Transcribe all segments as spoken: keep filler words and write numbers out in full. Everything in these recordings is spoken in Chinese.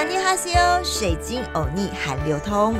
安妮哈西欧，水晶欧尼韩流通。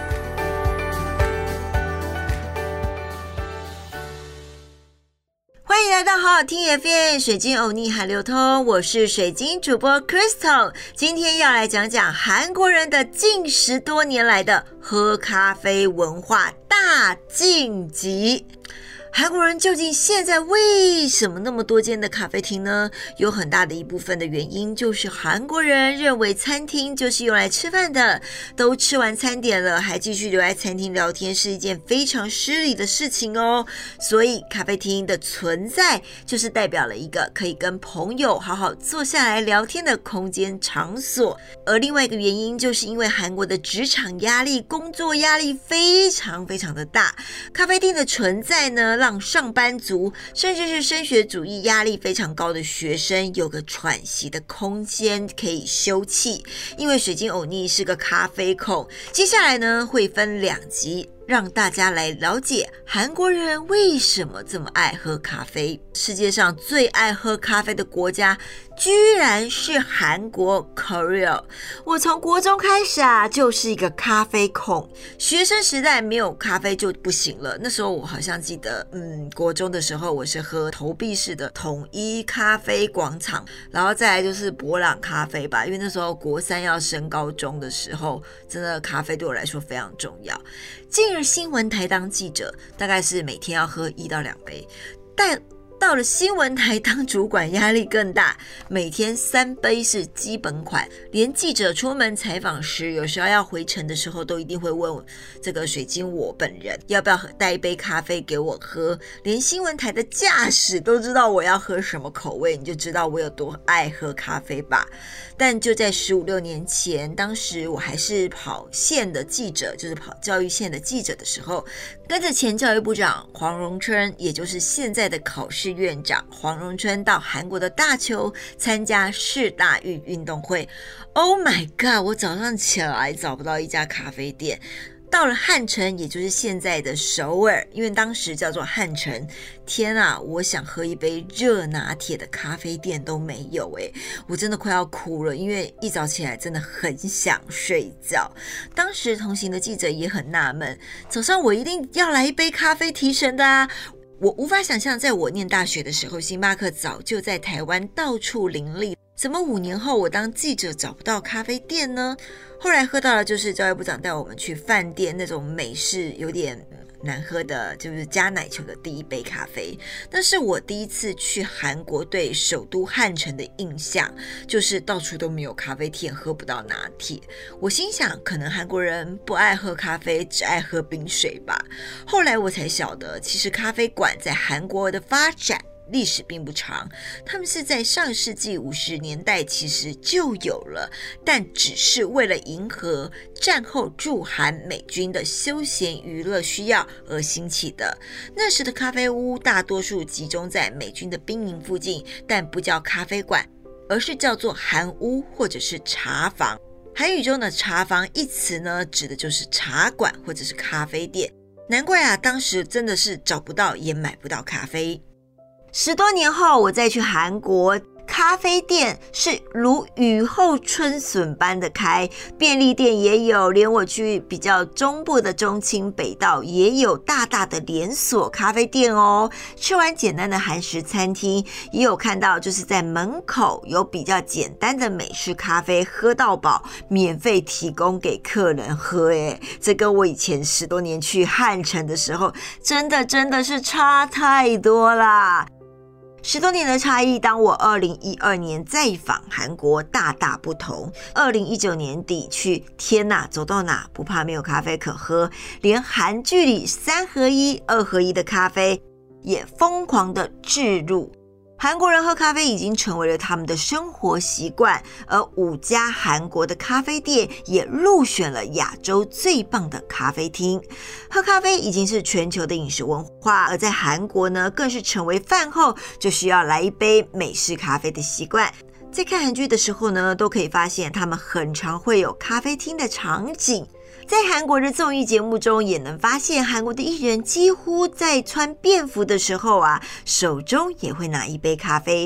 欢迎来到好好听 F M 水晶欧尼韩流通，我是水晶主播 Crystal。今天要来讲讲韩国人的近十多年来的喝咖啡文化大晋级。韩国人究竟现在为什么那么多间的咖啡厅呢？有很大的一部分的原因就是韩国人认为餐厅就是用来吃饭的，都吃完餐点了还继续留在餐厅聊天是一件非常失礼的事情哦。所以咖啡厅的存在就是代表了一个可以跟朋友好好坐下来聊天的空间场所。而另外一个原因就是因为韩国的职场压力、工作压力非常非常的大，咖啡厅的存在呢，让上班族甚至是升学主义压力非常高的学生有个喘息的空间可以休憩。因为水晶欧尼是个咖啡控，接下来呢会分两集让大家来了解韩国人为什么这么爱喝咖啡。世界上最爱喝咖啡的国家居然是韩国 Korea。 我从国中开始啊就是一个咖啡控，学生时代没有咖啡就不行了。那时候我好像记得嗯，国中的时候我是喝投币式的统一咖啡广场，然后再来就是伯朗咖啡吧，因为那时候国三要升高中的时候，真的咖啡对我来说非常重要。进入新闻台当记者，大概是每天要喝一到两杯，但到了新闻台当主管压力更大，每天三杯是基本款。连记者出门采访时，有时候要回程的时候，都一定会问这个水晶我本人要不要带一杯咖啡给我喝。连新闻台的驾驶都知道我要喝什么口味，你就知道我有多爱喝咖啡吧。但就在十五六年前，当时我还是跑线的记者，就是跑教育线的记者的时候，跟着前教育部长黄荣春，也就是现在的考试院长黄荣春，到韩国的大邱参加世大运运动会。 Oh my god， 我早上起来找不到一家咖啡店，到了汉城，也就是现在的首尔，因为当时叫做汉城，天啊，我想喝一杯热拿铁的咖啡店都没有耶，我真的快要哭了，因为一早起来真的很想睡觉。当时同行的记者也很纳闷，早上我一定要来一杯咖啡提神的啊。我无法想象，在我念大学的时候，星巴克早就在台湾到处林立，怎么五年后我当记者找不到咖啡店呢？后来喝到的就是教育部长带我们去饭店那种美式有点难喝的，就是加奶球的第一杯咖啡。但是我第一次去韩国对首都汉城的印象就是到处都没有咖啡店，喝不到拿铁。我心想可能韩国人不爱喝咖啡，只爱喝冰水吧。后来我才晓得，其实咖啡馆在韩国的发展历史并不长，他们是在上世纪五十年代其实就有了，但只是为了迎合战后驻韩美军的休闲娱乐需要而兴起的。那时的咖啡屋大多数集中在美军的兵营附近，但不叫咖啡馆，而是叫做韩屋或者是茶房。韩语中的茶房一词呢，指的就是茶馆或者是咖啡店。难怪啊，当时真的是找不到也买不到咖啡。十多年后我再去韩国，咖啡店是如雨后春笋般的开，便利店也有，连我去比较中部的中清北道也有大大的连锁咖啡店哦。吃完简单的韩食餐厅，也有看到就是在门口有比较简单的美式咖啡，喝到饱，免费提供给客人喝耶。这跟我以前十多年去汉城的时候，真的真的是差太多啦。十多年的差异，当我二零一二年再访韩国，大大不同。二零一九年底去，天哪，走到哪不怕没有咖啡可喝，连韩剧里三合一、二合一的咖啡也疯狂的置入。韩国人喝咖啡已经成为了他们的生活习惯，而五家韩国的咖啡店也入选了亚洲最棒的咖啡厅。喝咖啡已经是全球的饮食文化，而在韩国呢，更是成为饭后就需要来一杯美式咖啡的习惯。在看韩剧的时候呢，都可以发现他们很常会有咖啡厅的场景。在韩国的综艺节目中也能发现，韩国的艺人几乎在穿便服的时候啊，手中也会拿一杯咖啡。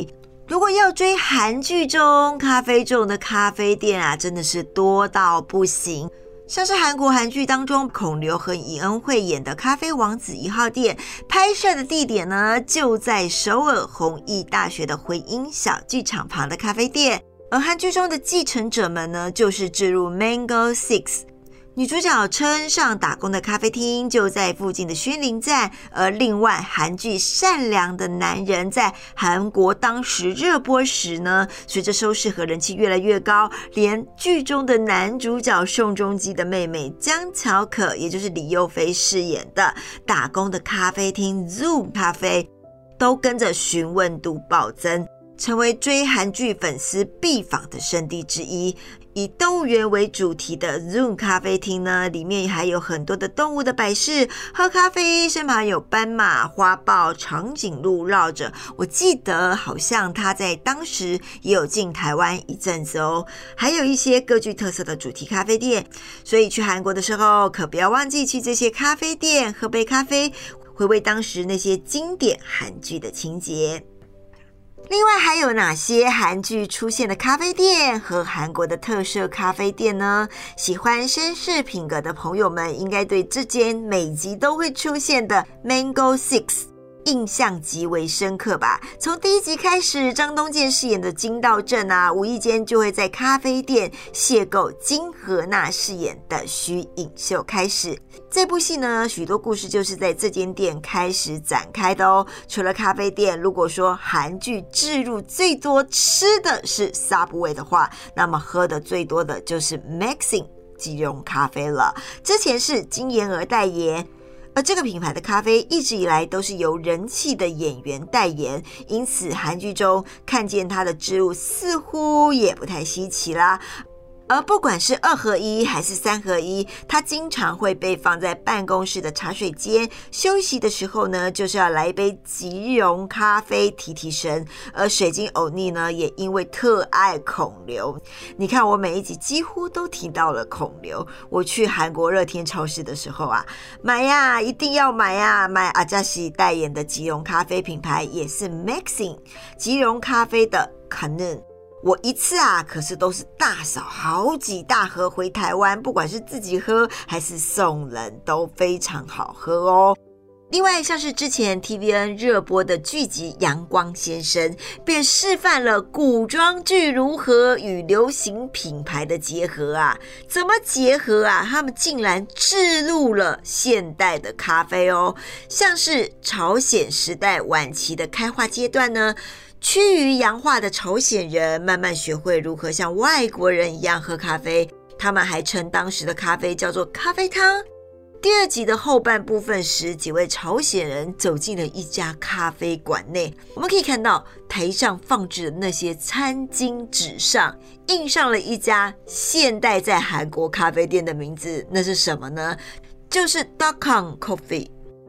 如果要追韩剧中咖啡中的咖啡店啊，真的是多到不行。像是韩国韩剧当中孔刘和尹恩惠演的咖啡王子一号店，拍摄的地点呢就在首尔弘毅大学的回音小剧场旁的咖啡店，而韩剧中的继承者们呢就是置入 Mango Six。女主角称上打工的咖啡厅就在附近的宣林站，而另外韩剧《善良的男人》在韩国当时热播时呢，随着收视和人气越来越高，连剧中的男主角宋仲基的妹妹江巧可，也就是李幼菲饰演的打工的咖啡厅 Zoom 咖啡，都跟着询问度暴增，成为追韩剧粉丝必访的圣地之一。以动物园为主题的 Zoom 咖啡厅呢，里面还有很多的动物的摆饰，喝咖啡身旁有斑马、花豹、长颈鹿绕着。我记得好像它在当时也有进台湾一阵子哦。还有一些各具特色的主题咖啡店，所以去韩国的时候可不要忘记去这些咖啡店喝杯咖啡，回味当时那些经典韩剧的情节。另外还有哪些韩剧出现的咖啡店和韩国的特色咖啡店呢？喜欢绅士品格的朋友们应该对这间每集都会出现的 Mango Six 印象极为深刻吧。从第一集开始，张东健饰演的金道正啊，无意间就会在咖啡店邂逅金荷娜饰演的徐颖秀开始。这部戏呢，许多故事就是在这间店开始展开的哦。除了咖啡店，如果说韩剧置入最多吃的是 Subway 的话，那么喝的最多的就是 Maxim 即溶咖啡了。之前是金妍儿代言，而这个品牌的咖啡一直以来都是由人气的演员代言，因此韩剧中看见它的置入似乎也不太稀奇啦。而不管是二合一还是三合一，它经常会被放在办公室的茶水间，休息的时候呢，就是要来一杯即溶咖啡提提神。而水晶欧尼呢，也因为特爱孔刘，你看我每一集几乎都提到了孔刘。我去韩国乐天超市的时候啊，买呀，一定要买呀，买阿加西代言的即溶咖啡品牌，也是 Maxim 即溶咖啡的 Cannon。我一次啊，可是都是大扫好几大盒回台湾，不管是自己喝还是送人，都非常好喝哦。另外像是之前 T V N 热播的剧集《阳光先生》，便示范了古装剧如何与流行品牌的结合啊。怎么结合啊？他们竟然置入了现代的咖啡哦。像是朝鲜时代晚期的开化阶段呢，趋于洋化的朝鲜人慢慢学会如何像外国人一样喝咖啡，他们还称当时的咖啡叫做咖啡汤。第二集的后半部分时，几位朝鲜人走进了一家咖啡馆内，我们可以看到台上放置的那些餐巾纸上印上了一家现代在韩国咖啡店的名字，那是什么呢？就是 Dakang Coffee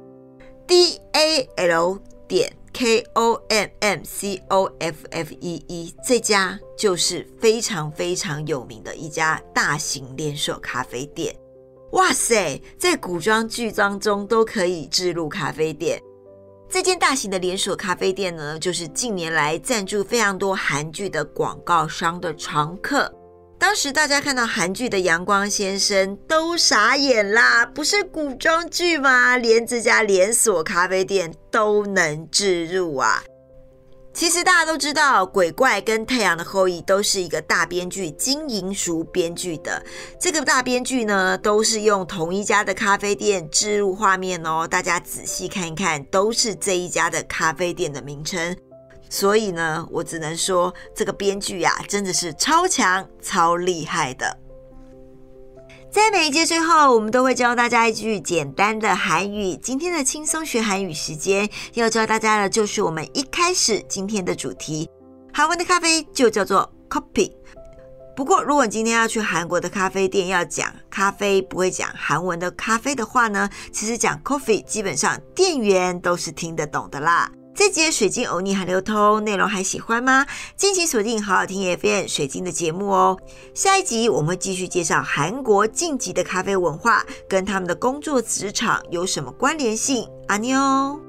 D A L 点 K O M M C O F F E E， 这家就是非常非常有名的一家大型连锁咖啡店。哇塞，在古装剧当中都可以置入咖啡店。这间大型的连锁咖啡店呢，就是近年来赞助非常多韩剧的广告商的常客。当时大家看到韩剧的阳光先生都傻眼啦，不是古装剧吗？连这家连锁咖啡店都能置入啊。其实大家都知道，鬼怪跟太阳的后裔都是一个大编剧金银淑编剧的。这个大编剧呢，都是用同一家的咖啡店置入画面哦，大家仔细看一看，都是这一家的咖啡店的名称。所以呢，我只能说这个编剧啊，真的是超强超厉害的。在每一节最后，我们都会教大家一句简单的韩语。今天的轻松学韩语时间要教大家的就是我们一开始今天的主题，韩文的咖啡就叫做 coffee。 不过如果你今天要去韩国的咖啡店要讲咖啡，不会讲韩文的咖啡的话呢，其实讲 coffee 基本上店员都是听得懂的啦。这集的水晶欧尼韩流通内容还喜欢吗？敬请锁定好好听 F M 水晶的节目哦。下一集我们会继续介绍韩国晋级的咖啡文化跟他们的工作职场有什么关联性。阿妞。